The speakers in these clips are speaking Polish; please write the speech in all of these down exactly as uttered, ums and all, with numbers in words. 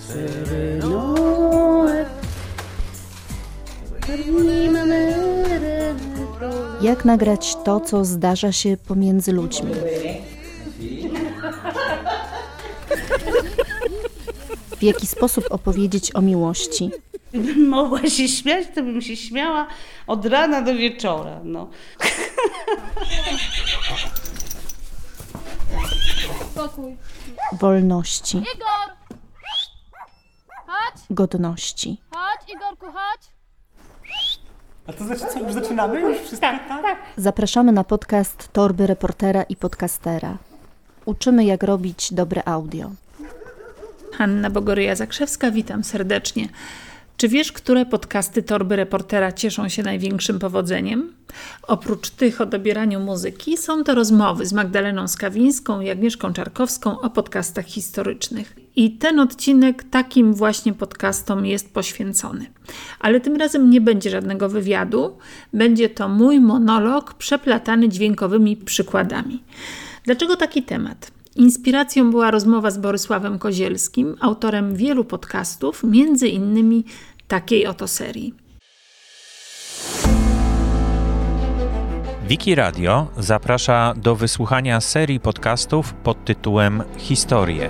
Jak nagrać to, co zdarza się pomiędzy ludźmi? W jaki sposób opowiedzieć o miłości? Gdybym mogła się śmiać, to bym się śmiała od rana do wieczora. No. Spokój. Wolności. Igor! Chodź! Godności. Chodź, Igorku, chodź! A to znaczy co, już zaczynamy? Już wszystko tak? tak? Zapraszamy na podcast Torby Reportera i Podcastera. Uczymy, jak robić dobre audio. Hanna Bogoryja-Zakrzewska, witam serdecznie. Czy wiesz, które podcasty Torby Reportera cieszą się największym powodzeniem? Oprócz tych o dobieraniu muzyki są to rozmowy z Magdaleną Skawińską i Agnieszką Czarkowską o podcastach historycznych. I ten odcinek takim właśnie podcastom jest poświęcony. Ale tym razem nie będzie żadnego wywiadu, będzie to mój monolog przeplatany dźwiękowymi przykładami. Dlaczego taki temat? Inspiracją była rozmowa z Borysławem Kozielskim, autorem wielu podcastów, między innymi takiej oto serii. Wiki Radio zaprasza do wysłuchania serii podcastów pod tytułem Historie.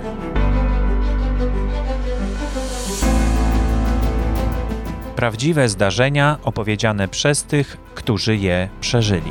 Prawdziwe zdarzenia opowiedziane przez tych, którzy je przeżyli.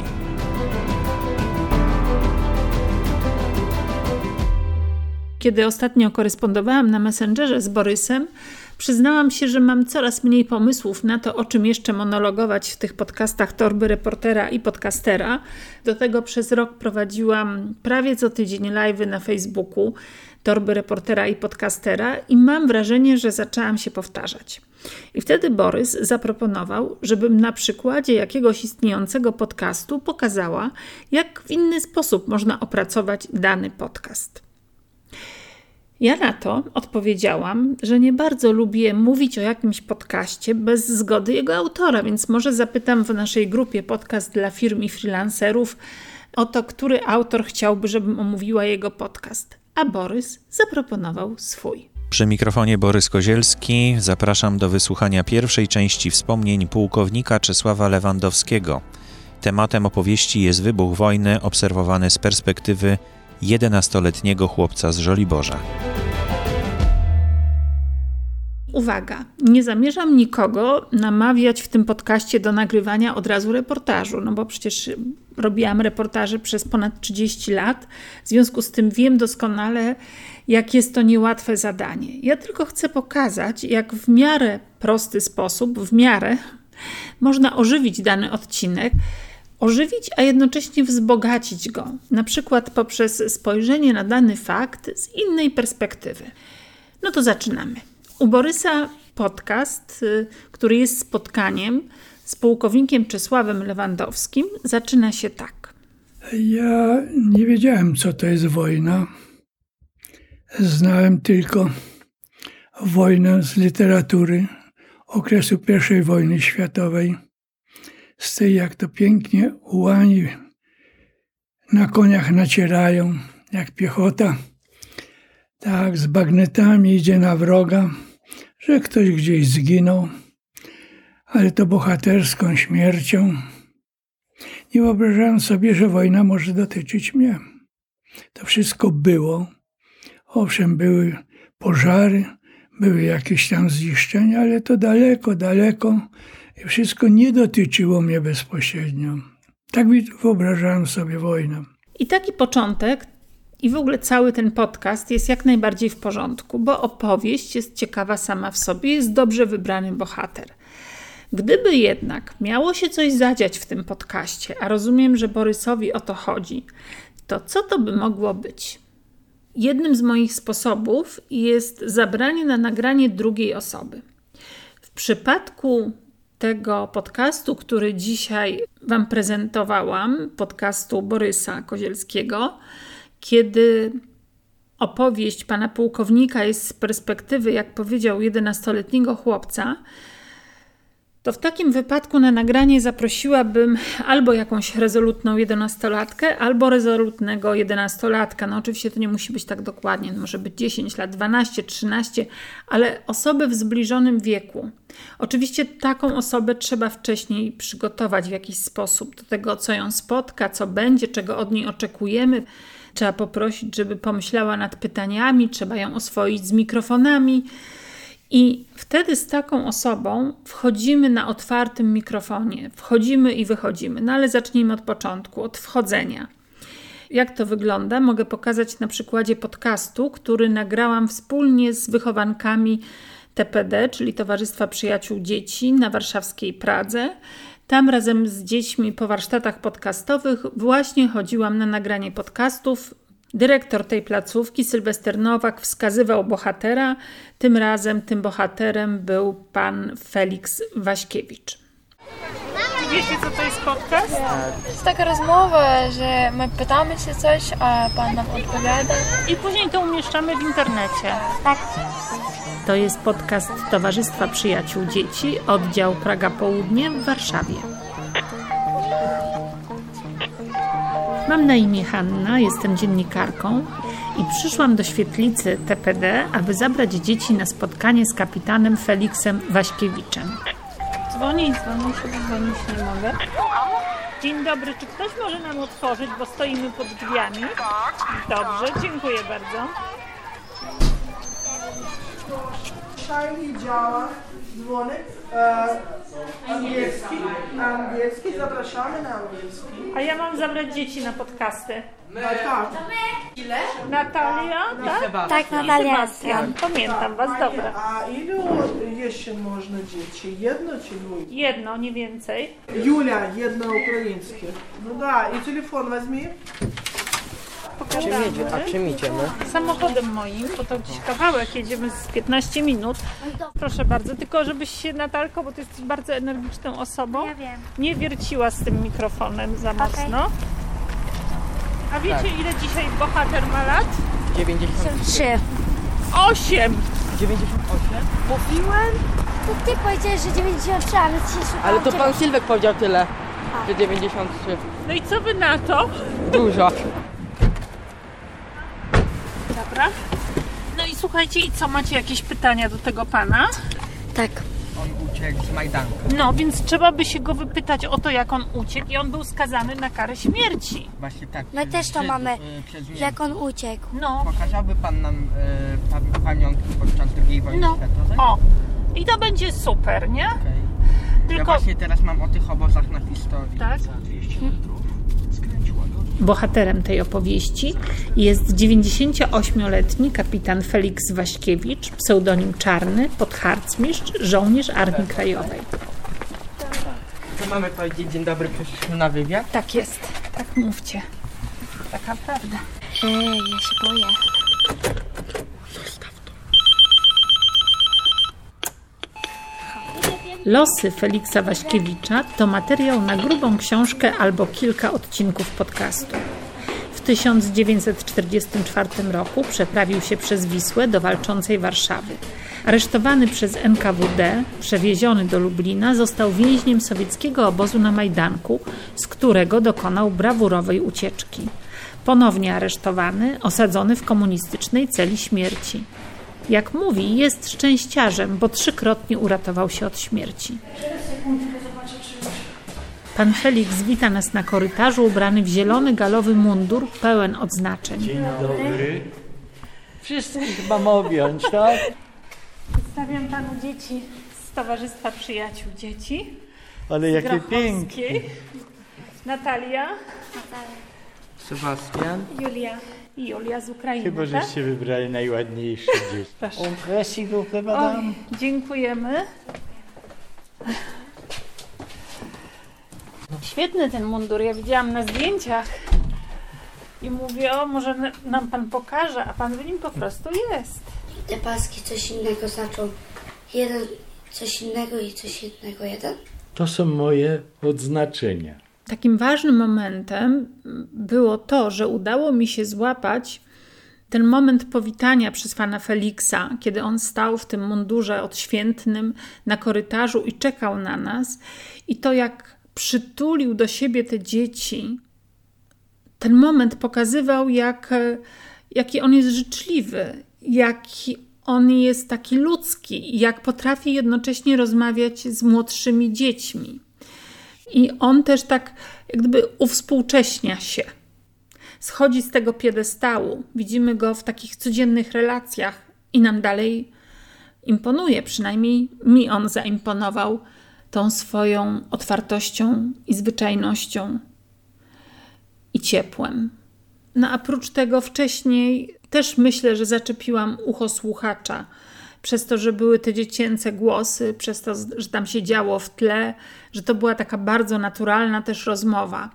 Kiedy ostatnio korespondowałam na Messengerze z Borysem, przyznałam się, że mam coraz mniej pomysłów na to, o czym jeszcze monologować w tych podcastach Torby Reportera i Podcastera. Do tego przez rok prowadziłam prawie co tydzień live'y na Facebooku Torby Reportera i Podcastera i mam wrażenie, że zaczęłam się powtarzać. I wtedy Borys zaproponował, żebym na przykładzie jakiegoś istniejącego podcastu pokazała, jak w inny sposób można opracować dany podcast. Ja na to odpowiedziałam, że nie bardzo lubię mówić o jakimś podcaście bez zgody jego autora, więc może zapytam w naszej grupie Podcast dla firm i freelancerów o to, który autor chciałby, żebym omówiła jego podcast. A Borys zaproponował swój. Przy mikrofonie Borys Kozielski zapraszam do wysłuchania pierwszej części wspomnień pułkownika Czesława Lewandowskiego. Tematem opowieści jest wybuch wojny obserwowany z perspektywy jedenastoletniego chłopca z Żoliborza. Uwaga, nie zamierzam nikogo namawiać w tym podcaście do nagrywania od razu reportażu, no bo przecież robiłam reportaże przez ponad trzydzieści lat, w związku z tym wiem doskonale, jak jest to niełatwe zadanie. Ja tylko chcę pokazać, jak w miarę prosty sposób, w miarę można ożywić dany odcinek, ożywić, a jednocześnie wzbogacić go, na przykład poprzez spojrzenie na dany fakt z innej perspektywy. No to zaczynamy. U Borysa podcast, który jest spotkaniem z pułkownikiem Czesławem Lewandowskim, zaczyna się tak. Ja nie wiedziałem, co to jest wojna. Znałem tylko wojnę z literatury okresu pierwszej wojny światowej. Z tej, jak to pięknie ułani na koniach nacierają, jak piechota, tak z bagnetami idzie na wroga, że ktoś gdzieś zginął, ale to bohaterską śmiercią. Nie wyobrażałem sobie, że wojna może dotyczyć mnie. To wszystko było. Owszem, były pożary, były jakieś tam zniszczenia, ale to daleko, daleko. I wszystko nie dotyczyło mnie bezpośrednio. Tak wyobrażałem sobie wojnę. I taki początek i w ogóle cały ten podcast jest jak najbardziej w porządku, bo opowieść jest ciekawa sama w sobie, jest dobrze wybrany bohater. Gdyby jednak miało się coś zadziać w tym podcaście, a rozumiem, że Borysowi o to chodzi, to co to by mogło być? Jednym z moich sposobów jest zabranie na nagranie drugiej osoby. W przypadku tego podcastu, który dzisiaj Wam prezentowałam, podcastu Borysa Kozielskiego, kiedy opowieść pana pułkownika jest z perspektywy, jak powiedział, jedenastoletniego chłopca, to w takim wypadku na nagranie zaprosiłabym albo jakąś rezolutną jedenastolatkę, albo rezolutnego jedenastolatka. No oczywiście to nie musi być tak dokładnie, no może być dziesięć lat, dwanaście, trzynaście, ale osoby w zbliżonym wieku. Oczywiście taką osobę trzeba wcześniej przygotować w jakiś sposób do tego, co ją spotka, co będzie, czego od niej oczekujemy. Trzeba poprosić, żeby pomyślała nad pytaniami, trzeba ją oswoić z mikrofonami. I wtedy z taką osobą wchodzimy na otwartym mikrofonie. Wchodzimy i wychodzimy. No ale zacznijmy od początku, od wchodzenia. Jak to wygląda? Mogę pokazać na przykładzie podcastu, który nagrałam wspólnie z wychowankami T P D, czyli Towarzystwa Przyjaciół Dzieci na warszawskiej Pradze. Tam razem z dziećmi po warsztatach podcastowych właśnie chodziłam na nagranie podcastów. Dyrektor tej placówki, Sylwester Nowak, wskazywał bohatera. Tym razem tym bohaterem był pan Felix Waśkiewicz. Wiecie, co to jest podcast? To jest taka rozmowa, że my pytamy się coś, a pan nam odpowiada. I później to umieszczamy w internecie. Tak. To jest podcast Towarzystwa Przyjaciół Dzieci, oddział Praga Południe w Warszawie. Mam na imię Hanna, jestem dziennikarką i przyszłam do świetlicy T P D, aby zabrać dzieci na spotkanie z kapitanem Feliksem Waśkiewiczem. Dzwonić, dzwonić, dzwonić nie mogę. Dzień dobry, czy ktoś może nam otworzyć, bo stoimy pod drzwiami? Dobrze, dziękuję bardzo. Szajnie działa dzwonek e, angielski, angielski, zapraszamy na angielski. A ja mam zabrać dzieci na podcasty. A tak. Ile? Natalia, tak? Tak, Natalia. Sebastian. Pamiętam was, dobra. A ilu jeszcze można dzieci? Jedno czy dwójkę? Jedno, nie więcej. Julia, jedno ukraińskie. No da, i telefon weźmij. Pokażemy. A czym idziemy? Samochodem moim, bo to gdzieś kawałek, jedziemy z piętnaście minut. Proszę bardzo, tylko żebyś się, Natalko, bo ty jesteś bardzo energiczną osobą, Ja wiem. nie wierciła z tym mikrofonem za mocno. A wiecie, Tak. ile dzisiaj bohater ma lat? dziewięćdziesiąt trzy. Trzy. Osiem! dziewięćdziesiąt osiem? Mówiłem? To ty powiedziałeś, że dziewięćdziesiąt trzy, a więc się szukałam. Ale to pan Sylwek powiedział tyle, że dziewięćdziesiąt trzy. No i co wy na to? Dużo. Dobra. No i słuchajcie, i co, macie jakieś pytania do tego pana? Tak. On uciekł z Majdanku. No, więc trzeba by się go wypytać o to, jak on uciekł i on był skazany na karę śmierci. Właśnie tak. My też to Przed- mamy, y, przez Niemców. jak on uciekł. No, Pokazałby pan nam y, pa- pamiątki podczas drugiej wojny no, światowej? o. I to będzie super, nie? Okej. Ja Tylko... właśnie teraz mam o tych obozach na historii. Tak? Bohaterem tej opowieści jest dziewięćdziesięcioośmioletni kapitan Felix Waśkiewicz, pseudonim Czarny, podharcmistrz, żołnierz Armii Krajowej. Co mamy powiedzieć? Dzień dobry, przyszliśmy na wywiad. Tak jest, tak mówcie. Taka prawda. Ej, ja się boję. Losy Feliksa Waśkiewicza to materiał na grubą książkę albo kilka odcinków podcastu. W tysiąc dziewięćset czterdziestym czwartym roku przeprawił się przez Wisłę do walczącej Warszawy. Aresztowany przez N K W D, przewieziony do Lublina, został więźniem sowieckiego obozu na Majdanku, z którego dokonał brawurowej ucieczki. Ponownie aresztowany, osadzony w komunistycznej celi śmierci. Jak mówi, jest szczęściarzem, bo trzykrotnie uratował się od śmierci. Pan Felix wita nas na korytarzu ubrany w zielony galowy mundur pełen odznaczeń. Dzień dobry. Wszystkich mam objąć, tak? Przedstawiam panu dzieci z Towarzystwa Przyjaciół Dzieci. Ale jakie Grochowskiej. pięknie. Natalia Sebastian. Julia. i Julia z Ukrainy. Chyba tak? żeście wybrali najładniejsze dzieci. Proszę. Merci beaucoup, Oj, madame. dziękujemy. Świetny ten mundur, ja widziałam na zdjęciach i mówię, o może nam pan pokaże, a pan w nim po prostu jest. Te paski coś innego znaczą. Jeden coś innego i coś innego jeden. To są moje odznaczenia. Takim ważnym momentem było to, że udało mi się złapać Ten moment powitania przez pana Feliksa, kiedy on stał w tym mundurze odświętnym na korytarzu i czekał na nas, i to jak przytulił do siebie te dzieci, ten moment pokazywał, jak, jaki on jest życzliwy, jaki on jest taki ludzki, jak potrafi jednocześnie rozmawiać z młodszymi dziećmi. I on też tak jak gdyby uwspółcześnia się. Schodzi z tego piedestału. Widzimy go w takich codziennych relacjach i nam dalej imponuje. Przynajmniej mi on zaimponował tą swoją otwartością i zwyczajnością i ciepłem. No a prócz tego wcześniej też myślę, że zaczepiłam ucho słuchacza przez to, że były te dziecięce głosy, przez to, że tam się działo w tle, że to była taka bardzo naturalna też rozmowa.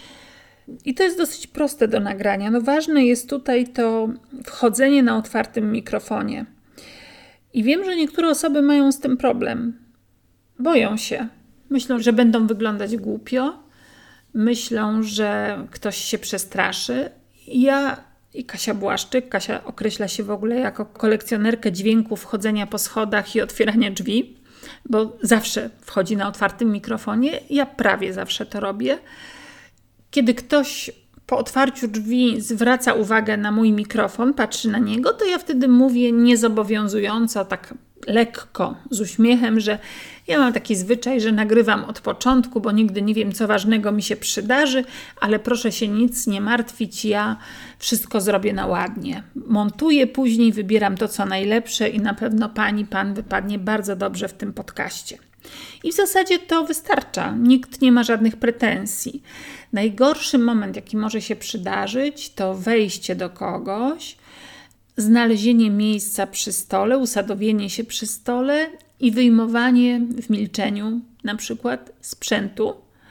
I to jest dosyć proste do nagrania. No ważne jest tutaj to wchodzenie na otwartym mikrofonie. I wiem, że niektóre osoby mają z tym problem. Boją się. Myślą, że będą wyglądać głupio. Myślą, że ktoś się przestraszy. Ja i Kasia Błaszczyk, Kasia określa się w ogóle jako kolekcjonerkę dźwięków wchodzenia po schodach i otwierania drzwi, bo zawsze wchodzi na otwartym mikrofonie. Ja prawie zawsze to robię. Kiedy ktoś po otwarciu drzwi zwraca uwagę na mój mikrofon, patrzy na niego, to ja wtedy mówię niezobowiązująco, tak lekko, z uśmiechem, że ja mam taki zwyczaj, że nagrywam od początku, bo nigdy nie wiem, co ważnego mi się przydarzy, ale proszę się nic nie martwić, ja wszystko zrobię na ładnie. Montuję później, wybieram to, co najlepsze i na pewno pani, pan wypadnie bardzo dobrze w tym podcaście. I w zasadzie to wystarcza. Nikt nie ma żadnych pretensji. Najgorszy moment, jaki może się przydarzyć, to wejście do kogoś, znalezienie miejsca przy stole, usadowienie się przy stole i wyjmowanie w milczeniu na przykład sprzętu,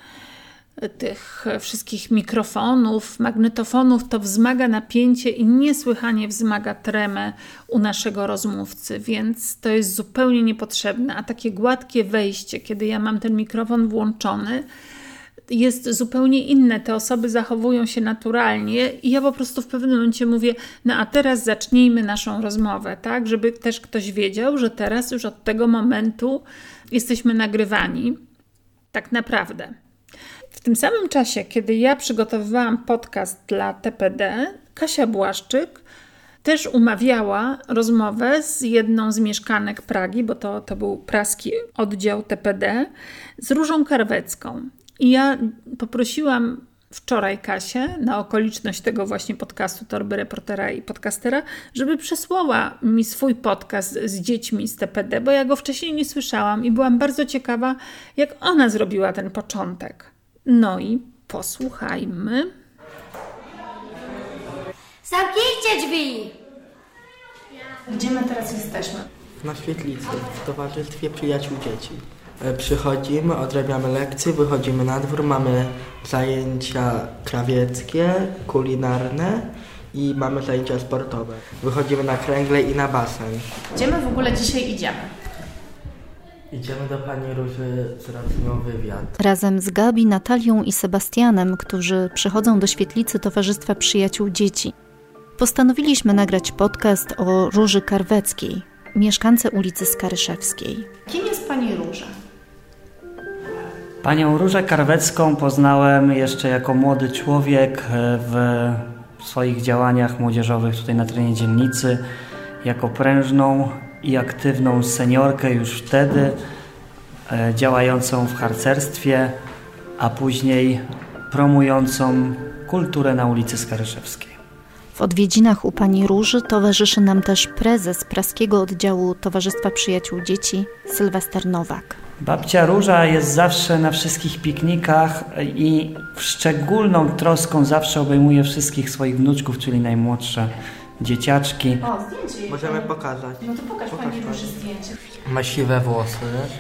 tych wszystkich mikrofonów, magnetofonów. To wzmaga napięcie i niesłychanie wzmaga tremę u naszego rozmówcy, więc to jest zupełnie niepotrzebne. A takie gładkie wejście, kiedy ja mam ten mikrofon włączony, jest zupełnie inne. Te osoby zachowują się naturalnie i ja po prostu w pewnym momencie mówię, no a teraz zacznijmy naszą rozmowę, tak? Żeby też ktoś wiedział, że teraz już od tego momentu jesteśmy nagrywani. Tak naprawdę. W tym samym czasie, kiedy ja przygotowywałam podcast dla T P D, Kasia Błaszczyk też umawiała rozmowę z jedną z mieszkanek Pragi, bo to, to był praski oddział T P D, z Różą Karwecką. I ja poprosiłam wczoraj Kasię na okoliczność tego właśnie podcastu Torby Reportera i Podcastera, żeby przesłała mi swój podcast z dziećmi z T P D, bo ja go wcześniej nie słyszałam i byłam bardzo ciekawa, jak ona zrobiła ten początek. No i posłuchajmy. Zamknijcie drzwi! Gdzie my teraz jesteśmy? Na świetlicy, w towarzystwie przyjaciół dzieci. Przychodzimy, odrabiamy lekcje, wychodzimy na dwór, mamy zajęcia krawieckie, kulinarne i mamy zajęcia sportowe. Wychodzimy na kręgle i na basen. Gdzie my w ogóle dzisiaj idziemy? Idziemy do pani Róży z nią wywiad. Razem z Gabi, Natalią i Sebastianem, którzy przychodzą do świetlicy Towarzystwa Przyjaciół Dzieci, postanowiliśmy nagrać podcast o Róży Karweckiej, mieszkance ulicy Skaryszewskiej. Kim jest pani Róża? Panią Różę Karwecką poznałem jeszcze jako młody człowiek w swoich działaniach młodzieżowych tutaj na terenie dzielnicy, jako prężną i aktywną seniorkę już wtedy, e, działającą w harcerstwie, a później promującą kulturę na ulicy Skaryszewskiej. W odwiedzinach u pani Róży towarzyszy nam też prezes praskiego oddziału Towarzystwa Przyjaciół Dzieci, Sylwester Nowak. Babcia Róża jest zawsze na wszystkich piknikach i szczególną troską zawsze obejmuje wszystkich swoich wnuczków, czyli najmłodsze dzieciaczki. O, zdjęcie. Możemy pokazać. No to pokaż, pokaż pani Róży zdjęcie. Ma siwe włosy.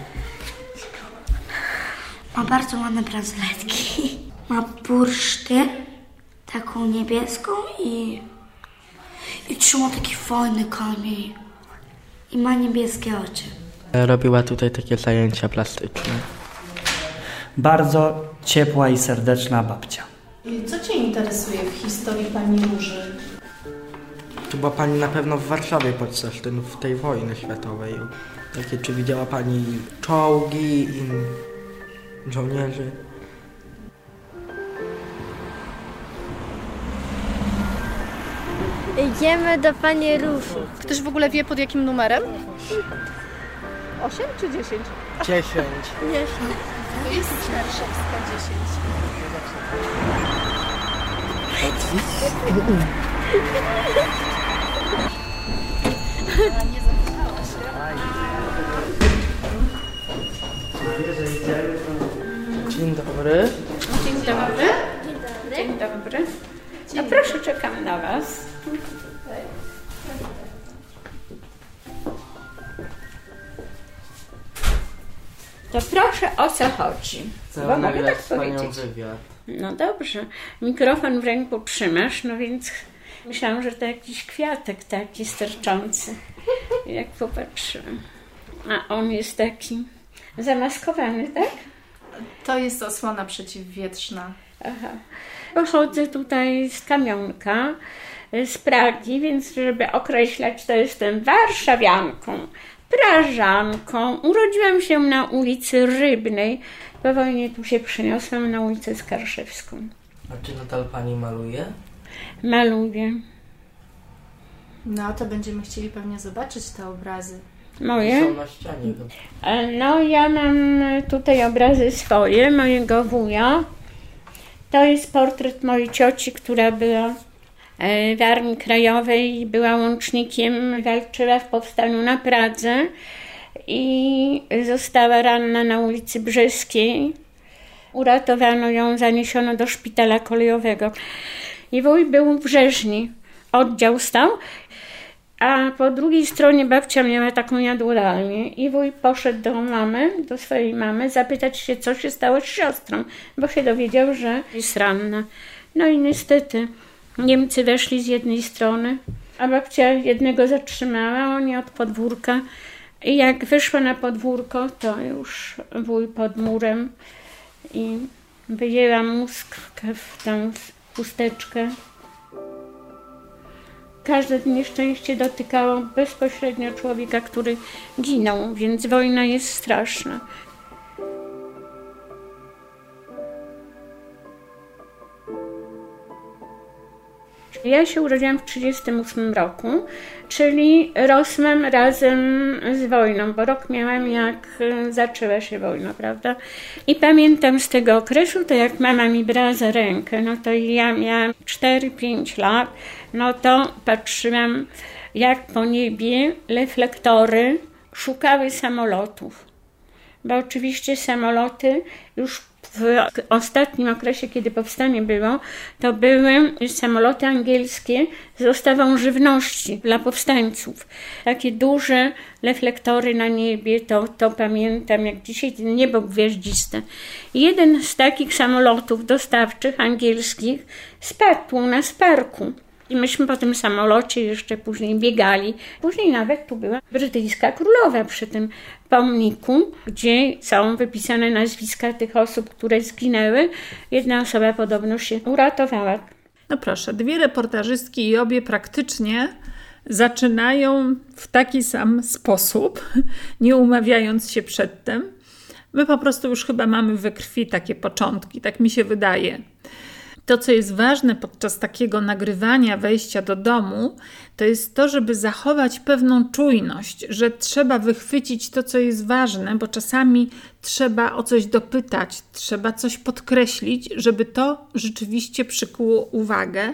Ma bardzo ładne bransoletki. Ma bursztyn, taką niebieską i... I trzyma taki fajny kamień. I ma niebieskie oczy. Robiła tutaj takie zajęcia plastyczne. Bardzo ciepła i serdeczna babcia. Co cię interesuje w historii pani Róży? Czy była Pani na pewno w Warszawie podczas ten, w tej wojny światowej? Jakie, czy widziała Pani czołgi i żołnierzy? Idziemy do Pani Róży. Ktoś w ogóle wie pod jakim numerem? Osiem czy dziesięć? Dziesięć. To jest Skarszewska dziesięć. Nie zapytała się. Dzień dobry. Dzień dobry. Dzień dobry. A proszę, czekam na Was. To proszę, o co chodzi? Chcę nagrać z Panią wywiad. No dobrze. Mikrofon w ręku trzymasz, no więc myślałam, że to jakiś kwiatek taki sterczący. Jak popatrzyłam. A on jest taki zamaskowany, tak? To jest osłona przeciwwietrzna. Aha. Pochodzę tutaj z Kamionka, z Pragi, więc żeby określać, to jestem warszawianką, prażanką. Urodziłam się na ulicy Rybnej. Po wojnie tu się przeniosłam na ulicę Skarszewską. A czy nadal Pani maluje? Maluję. No to będziemy chcieli pewnie zobaczyć te obrazy. Moje? Są na ścianie. No ja mam tutaj obrazy swoje, mojego wuja. To jest portret mojej cioci, która była w Armii Krajowej, była łącznikiem, walczyła w powstaniu na Pradze i została ranna na ulicy Brzeskiej. Uratowano ją, zaniesiono do szpitala kolejowego. I wuj był w Brzeżni, oddział stał, a po drugiej stronie babcia miała taką jadłodalnię i wuj poszedł do mamy, do swojej mamy, zapytać się, co się stało z siostrą, bo się dowiedział, że jest ranna. No i niestety Niemcy weszli z jednej strony, a babcia jednego zatrzymała, oni od podwórka. I jak wyszła na podwórko, to już wuj pod murem i wyjęła mózg w tę chusteczkę. Każde nieszczęście dotykało bezpośrednio człowieka, który ginął, więc wojna jest straszna. Ja się urodziłam w trzydziestym ósmym roku, czyli rosłam razem z wojną, bo rok miałam, jak zaczęła się wojna, prawda? I pamiętam z tego okresu, to jak mama mi brała za rękę, no to ja miałam cztery pięć lat, no to patrzyłam, jak po niebie reflektory szukały samolotów. Bo oczywiście samoloty już w ostatnim okresie, kiedy powstanie było, to były samoloty angielskie z dostawą żywności dla powstańców. Takie duże reflektory na niebie, to, to pamiętam, jak dzisiaj niebo gwiaździste. Jeden z takich samolotów dostawczych angielskich spadł u nas w parku. I myśmy po tym samolocie jeszcze później biegali. Później nawet tu była brytyjska królowa przy tym pomniku, gdzie są wypisane nazwiska tych osób, które zginęły. Jedna osoba podobno się uratowała. No proszę, dwie reportażystki i obie praktycznie zaczynają w taki sam sposób, nie umawiając się przedtem. My po prostu już chyba mamy we krwi takie początki, tak mi się wydaje. To, co jest ważne podczas takiego nagrywania wejścia do domu, to jest to, żeby zachować pewną czujność, że trzeba wychwycić to, co jest ważne, bo czasami trzeba o coś dopytać, trzeba coś podkreślić, żeby to rzeczywiście przykuło uwagę.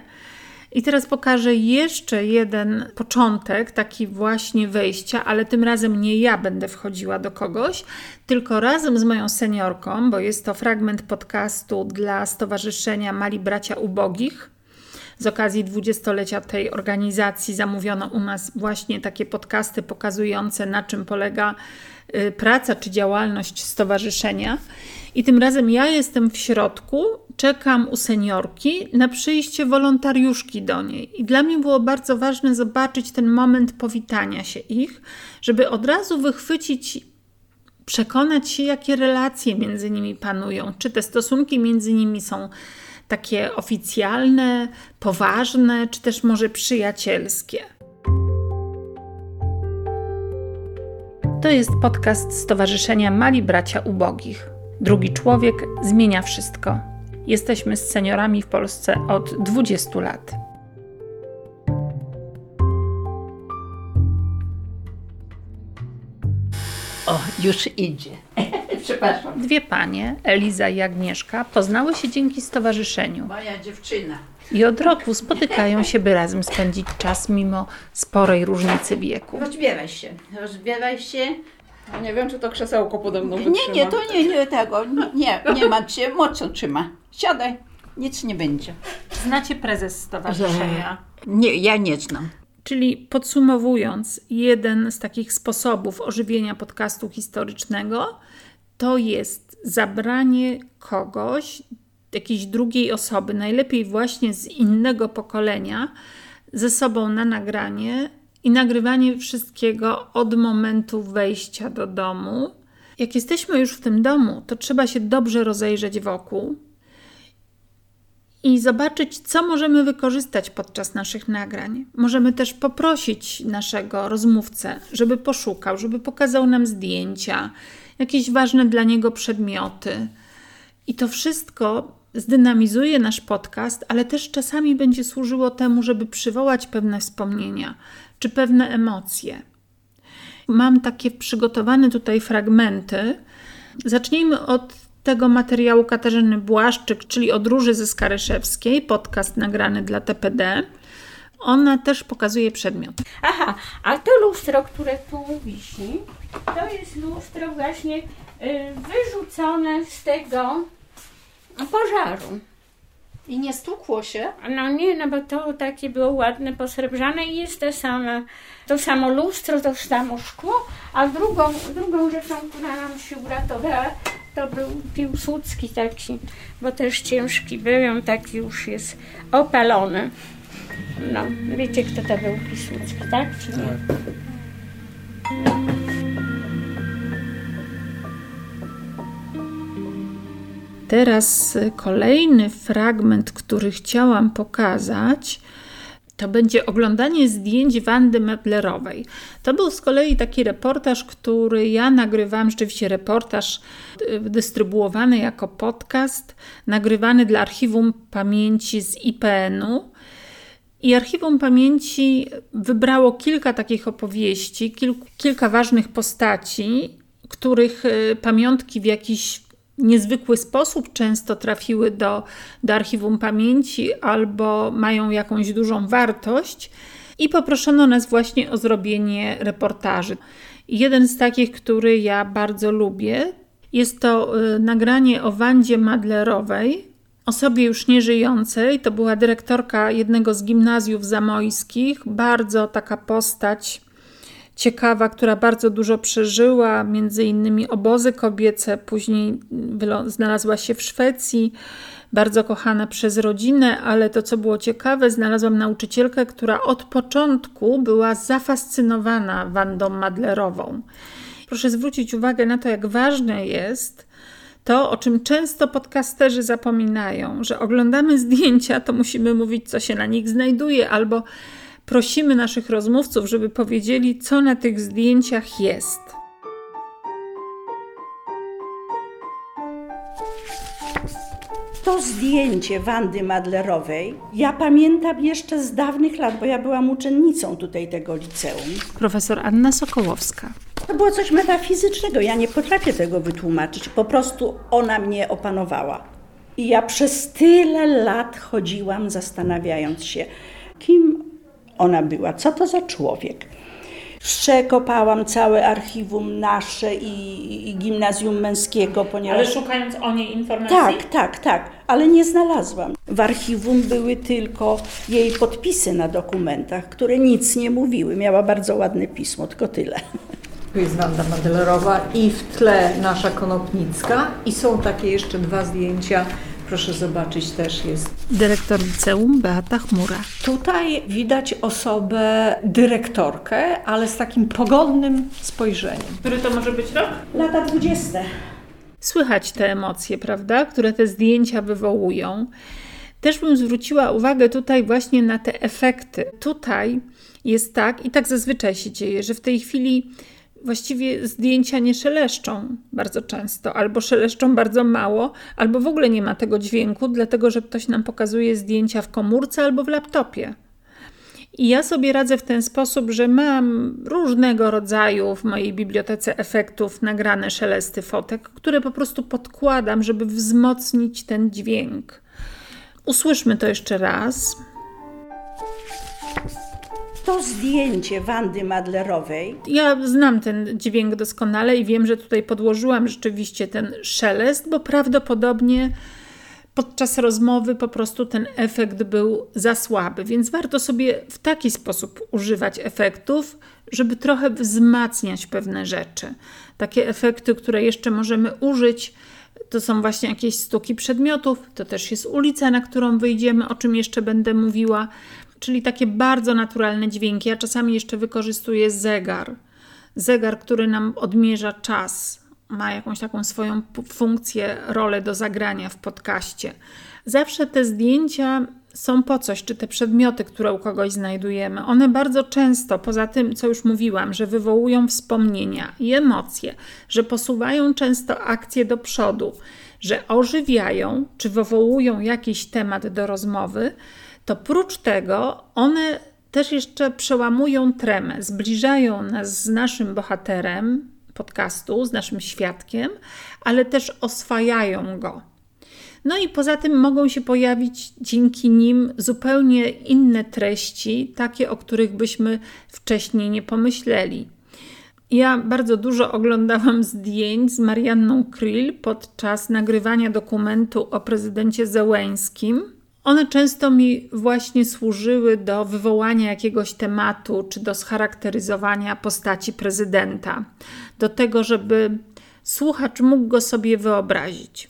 I teraz pokażę jeszcze jeden początek, taki właśnie wejścia, ale tym razem nie ja będę wchodziła do kogoś, tylko razem z moją seniorką, bo jest to fragment podcastu dla Stowarzyszenia Mali Bracia Ubogich. Z okazji dwudziestolecia tej organizacji zamówiono u nas właśnie takie podcasty pokazujące, na czym polega praca czy działalność stowarzyszenia. I tym razem ja jestem w środku, czekam u seniorki na przyjście wolontariuszki do niej. I dla mnie było bardzo ważne zobaczyć ten moment powitania się ich, żeby od razu wychwycić, przekonać się, jakie relacje między nimi panują, czy te stosunki między nimi są takie oficjalne, poważne, czy też może przyjacielskie. To jest podcast Stowarzyszenia Mali Bracia Ubogich. Drugi człowiek zmienia wszystko. Jesteśmy z seniorami w Polsce od dwudziestu lat. O, już idzie. Przepraszam. Dwie panie, Eliza i Agnieszka, poznały się dzięki stowarzyszeniu. Moja dziewczyna. I od roku spotykają się, by razem spędzić czas mimo sporej różnicy wieku. Rozbieraj się, rozbieraj się. A nie wiem, czy to krzesełko pode mną Nie, wytrzyma. nie, to nie, nie tego. Nie, nie ma cię, mocno trzyma. Siadaj, nic nie będzie. Znacie prezes stowarzyszenia? Nie, ja nie znam. Czyli podsumowując, jeden z takich sposobów ożywienia podcastu historycznego to jest zabranie kogoś, jakiejś drugiej osoby, najlepiej właśnie z innego pokolenia, ze sobą na nagranie i nagrywanie wszystkiego od momentu wejścia do domu. Jak jesteśmy już w tym domu, to trzeba się dobrze rozejrzeć wokół i zobaczyć, co możemy wykorzystać podczas naszych nagrań. Możemy też poprosić naszego rozmówcę, żeby poszukał, żeby pokazał nam zdjęcia, jakieś ważne dla niego przedmioty. I to wszystko zdynamizuje nasz podcast, ale też czasami będzie służyło temu, żeby przywołać pewne wspomnienia czy pewne emocje. Mam takie przygotowane tutaj fragmenty. Zacznijmy od tego materiału Katarzyny Błaszczyk, czyli od Róży ze Skaryszewskiej, podcast nagrany dla T P D. Ona też pokazuje przedmiot. Aha, a to lustro, które tu wisi, to jest lustro właśnie y, wyrzucone z tego pożaru. I nie stukło się? No nie, no bo to takie było ładne, posrebrzane i jest to samo, to samo lustro, to samo szkło, a drugą, drugą rzeczą, która nam się uratowała, to był Piłsudski taki, bo też ciężki był, on taki już jest opalony. No, wiecie, kto to był Piłsudski, tak? Czy nie? Tak. Teraz kolejny fragment, który chciałam pokazać, to będzie oglądanie zdjęć Wandy Meblerowej. To był z kolei taki reportaż, który ja nagrywałam, rzeczywiście reportaż dystrybuowany jako podcast, nagrywany dla Archiwum Pamięci z I P N-u. I Archiwum Pamięci wybrało kilka takich opowieści, kil, kilka ważnych postaci, których pamiątki w jakiś niezwykły sposób często trafiły do, do Archiwum Pamięci albo mają jakąś dużą wartość i poproszono nas właśnie o zrobienie reportaży. Jeden z takich, który ja bardzo lubię, jest to y, nagranie o Wandzie Madlerowej, osobie już nieżyjącej. To była dyrektorka jednego z gimnazjów zamojskich, bardzo taka postać ciekawa, która bardzo dużo przeżyła, między innymi obozy kobiece, później znalazła się w Szwecji, bardzo kochana przez rodzinę, ale to, co było ciekawe, znalazłam nauczycielkę, która od początku była zafascynowana Wandą Madlerową. Proszę zwrócić uwagę na to, jak ważne jest to, o czym często podcasterzy zapominają, że oglądamy zdjęcia, to musimy mówić, co się na nich znajduje, albo prosimy naszych rozmówców, żeby powiedzieli, co na tych zdjęciach jest. To zdjęcie Wandy Madlerowej ja pamiętam jeszcze z dawnych lat, bo ja byłam uczennicą tutaj tego liceum. Profesor Anna Sokołowska. To było coś metafizycznego, ja nie potrafię tego wytłumaczyć, po prostu ona mnie opanowała. I ja przez tyle lat chodziłam, zastanawiając się, kim ona była, co to za człowiek. Przekopałam całe archiwum nasze i, i gimnazjum męskiego, ponieważ... Ale szukając o niej informacji? Tak, tak, tak, ale nie znalazłam. W archiwum były tylko jej podpisy na dokumentach, które nic nie mówiły. Miała bardzo ładne pismo, tylko tyle. Tu jest Wanda Madlerowa i w tle nasza Konopnicka i są takie jeszcze dwa zdjęcia. Proszę zobaczyć, też jest. Dyrektor liceum Beata Chmura. Tutaj widać osobę, dyrektorkę, ale z takim pogodnym spojrzeniem. Który to może być rok? Lata dwudzieste. Słychać te emocje, prawda, które te zdjęcia wywołują. Też bym zwróciła uwagę tutaj właśnie na te efekty. Tutaj jest tak, i tak zazwyczaj się dzieje, że w tej chwili właściwie zdjęcia nie szeleszczą bardzo często, albo szeleszczą bardzo mało, albo w ogóle nie ma tego dźwięku, dlatego że ktoś nam pokazuje zdjęcia w komórce albo w laptopie. I ja sobie radzę w ten sposób, że mam różnego rodzaju w mojej bibliotece efektów nagrane szelesty fotek, które po prostu podkładam, żeby wzmocnić ten dźwięk. Usłyszmy to jeszcze raz. To zdjęcie Wandy Madlerowej. Ja znam ten dźwięk doskonale i wiem, że tutaj podłożyłam rzeczywiście ten szelest, bo prawdopodobnie podczas rozmowy po prostu ten efekt był za słaby, więc warto sobie w taki sposób używać efektów, żeby trochę wzmacniać pewne rzeczy. Takie efekty, które jeszcze możemy użyć, to są właśnie jakieś stuki przedmiotów, to też jest ulica, na którą wyjdziemy, o czym jeszcze będę mówiła, czyli takie bardzo naturalne dźwięki. Ja czasami jeszcze wykorzystuję zegar. Zegar, który nam odmierza czas, ma jakąś taką swoją funkcję, rolę do zagrania w podcaście. Zawsze te zdjęcia są po coś, czy te przedmioty, które u kogoś znajdujemy. One bardzo często, poza tym, co już mówiłam, że wywołują wspomnienia i emocje, że posuwają często akcje do przodu, że ożywiają, czy wywołują jakiś temat do rozmowy, to prócz tego one też jeszcze przełamują tremę, zbliżają nas z naszym bohaterem podcastu, z naszym świadkiem, ale też oswajają go. No i poza tym mogą się pojawić dzięki nim zupełnie inne treści, takie, o których byśmy wcześniej nie pomyśleli. Ja bardzo dużo oglądałam zdjęć z Marianną Kryl podczas nagrywania dokumentu o prezydencie Zełenskim. One często mi właśnie służyły do wywołania jakiegoś tematu, czy do scharakteryzowania postaci prezydenta, do tego, żeby słuchacz mógł go sobie wyobrazić.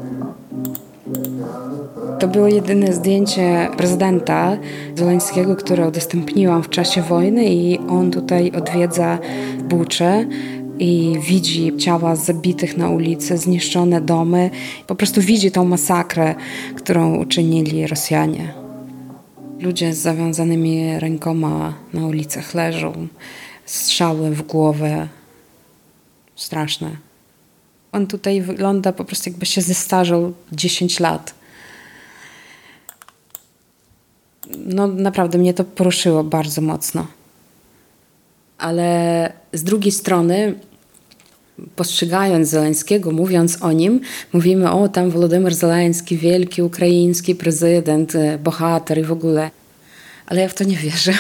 To było jedyne zdjęcie prezydenta Zełenskiego, które udostępniłam w czasie wojny i on tutaj odwiedza Buczę i widzi ciała zabitych na ulicy, zniszczone domy. Po prostu widzi tą masakrę, którą uczynili Rosjanie. Ludzie z zawiązanymi rękoma na ulicach leżą, strzały w głowę. Straszne. On tutaj wygląda po prostu jakby się zestarzał dziesięć lat. No naprawdę mnie to poruszyło bardzo mocno. Ale z drugiej strony, postrzegając Zełenskiego, mówiąc o nim, mówimy, o tam Wolodymyr Zełenski, wielki ukraiński prezydent, bohater i w ogóle. Ale ja w to nie wierzę.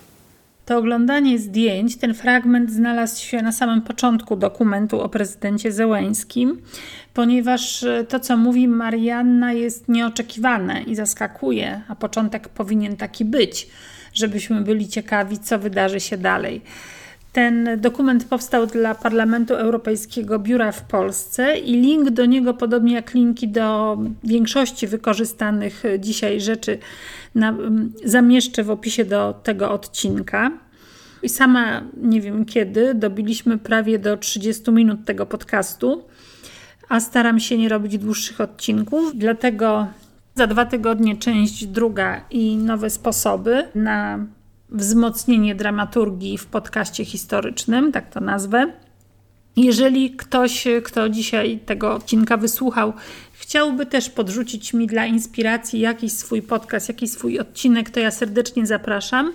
To oglądanie zdjęć, ten fragment znalazł się na samym początku dokumentu o prezydencie Zełenskim, ponieważ to, co mówi Marianna, jest nieoczekiwane i zaskakuje, a początek powinien taki być, żebyśmy byli ciekawi, co wydarzy się dalej. Ten dokument powstał dla Parlamentu Europejskiego Biura w Polsce i link do niego, podobnie jak linki do większości wykorzystanych dzisiaj rzeczy, na, zamieszczę w opisie do tego odcinka. I sama nie wiem kiedy, dobiliśmy prawie do trzydziestu minut tego podcastu, a staram się nie robić dłuższych odcinków, dlatego za dwa tygodnie część druga i nowe sposoby na wzmocnienie dramaturgii w podcaście historycznym, tak to nazwę. Jeżeli ktoś, kto dzisiaj tego odcinka wysłuchał, chciałby też podrzucić mi dla inspiracji jakiś swój podcast, jakiś swój odcinek, to ja serdecznie zapraszam.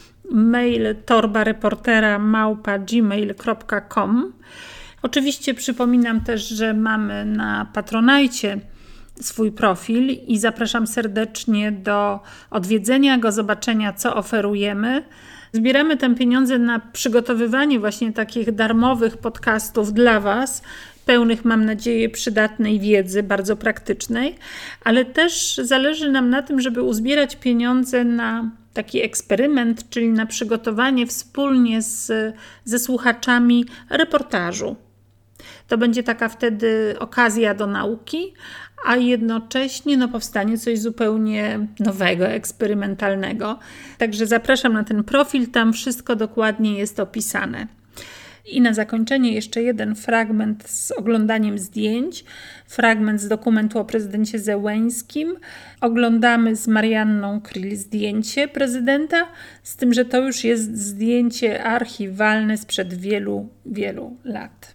Mail torbareportera małpa gmail kropka com. Oczywiście przypominam też, że mamy na Patronajcie swój profil i zapraszam serdecznie do odwiedzenia go, zobaczenia, co oferujemy. Zbieramy te pieniądze na przygotowywanie właśnie takich darmowych podcastów dla Was, pełnych, mam nadzieję, przydatnej wiedzy, bardzo praktycznej, ale też zależy nam na tym, żeby uzbierać pieniądze na taki eksperyment, czyli na przygotowanie wspólnie z, ze słuchaczami reportażu. To będzie taka wtedy okazja do nauki, a jednocześnie no, powstanie coś zupełnie nowego, eksperymentalnego. Także zapraszam na ten profil, tam wszystko dokładnie jest opisane. I na zakończenie jeszcze jeden fragment z oglądaniem zdjęć, fragment z dokumentu o prezydencie Zełeńskim. Oglądamy z Marianną Kryl zdjęcie prezydenta, z tym, że to już jest zdjęcie archiwalne sprzed wielu, wielu lat.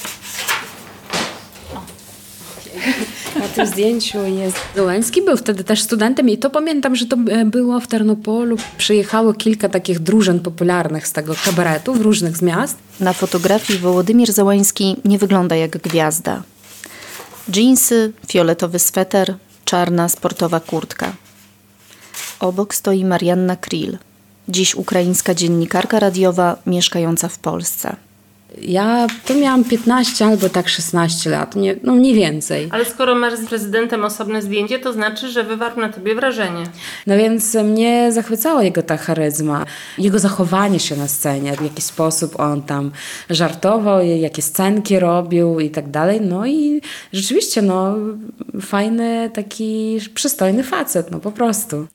Na tym zdjęciu jest Zełenski, był wtedy też studentem i to pamiętam, że to było w Tarnopolu. Przyjechało kilka takich drużyn popularnych z tego kabaretu w różnych z miast. Na fotografii Wołodymir Zełański nie wygląda jak gwiazda. Dżinsy, fioletowy sweter, czarna sportowa kurtka. Obok stoi Marianna Kryl, dziś ukraińska dziennikarka radiowa mieszkająca w Polsce. Ja to miałam piętnaście albo tak szesnaście lat, nie, no mniej więcej. Ale skoro masz z prezydentem osobne zdjęcie, to znaczy, że wywarł na tobie wrażenie. No więc mnie zachwycała jego ta charyzma, jego zachowanie się na scenie, w jaki sposób on tam żartował, jakie scenki robił i tak dalej. No i rzeczywiście, no fajny, taki przystojny facet, no po prostu.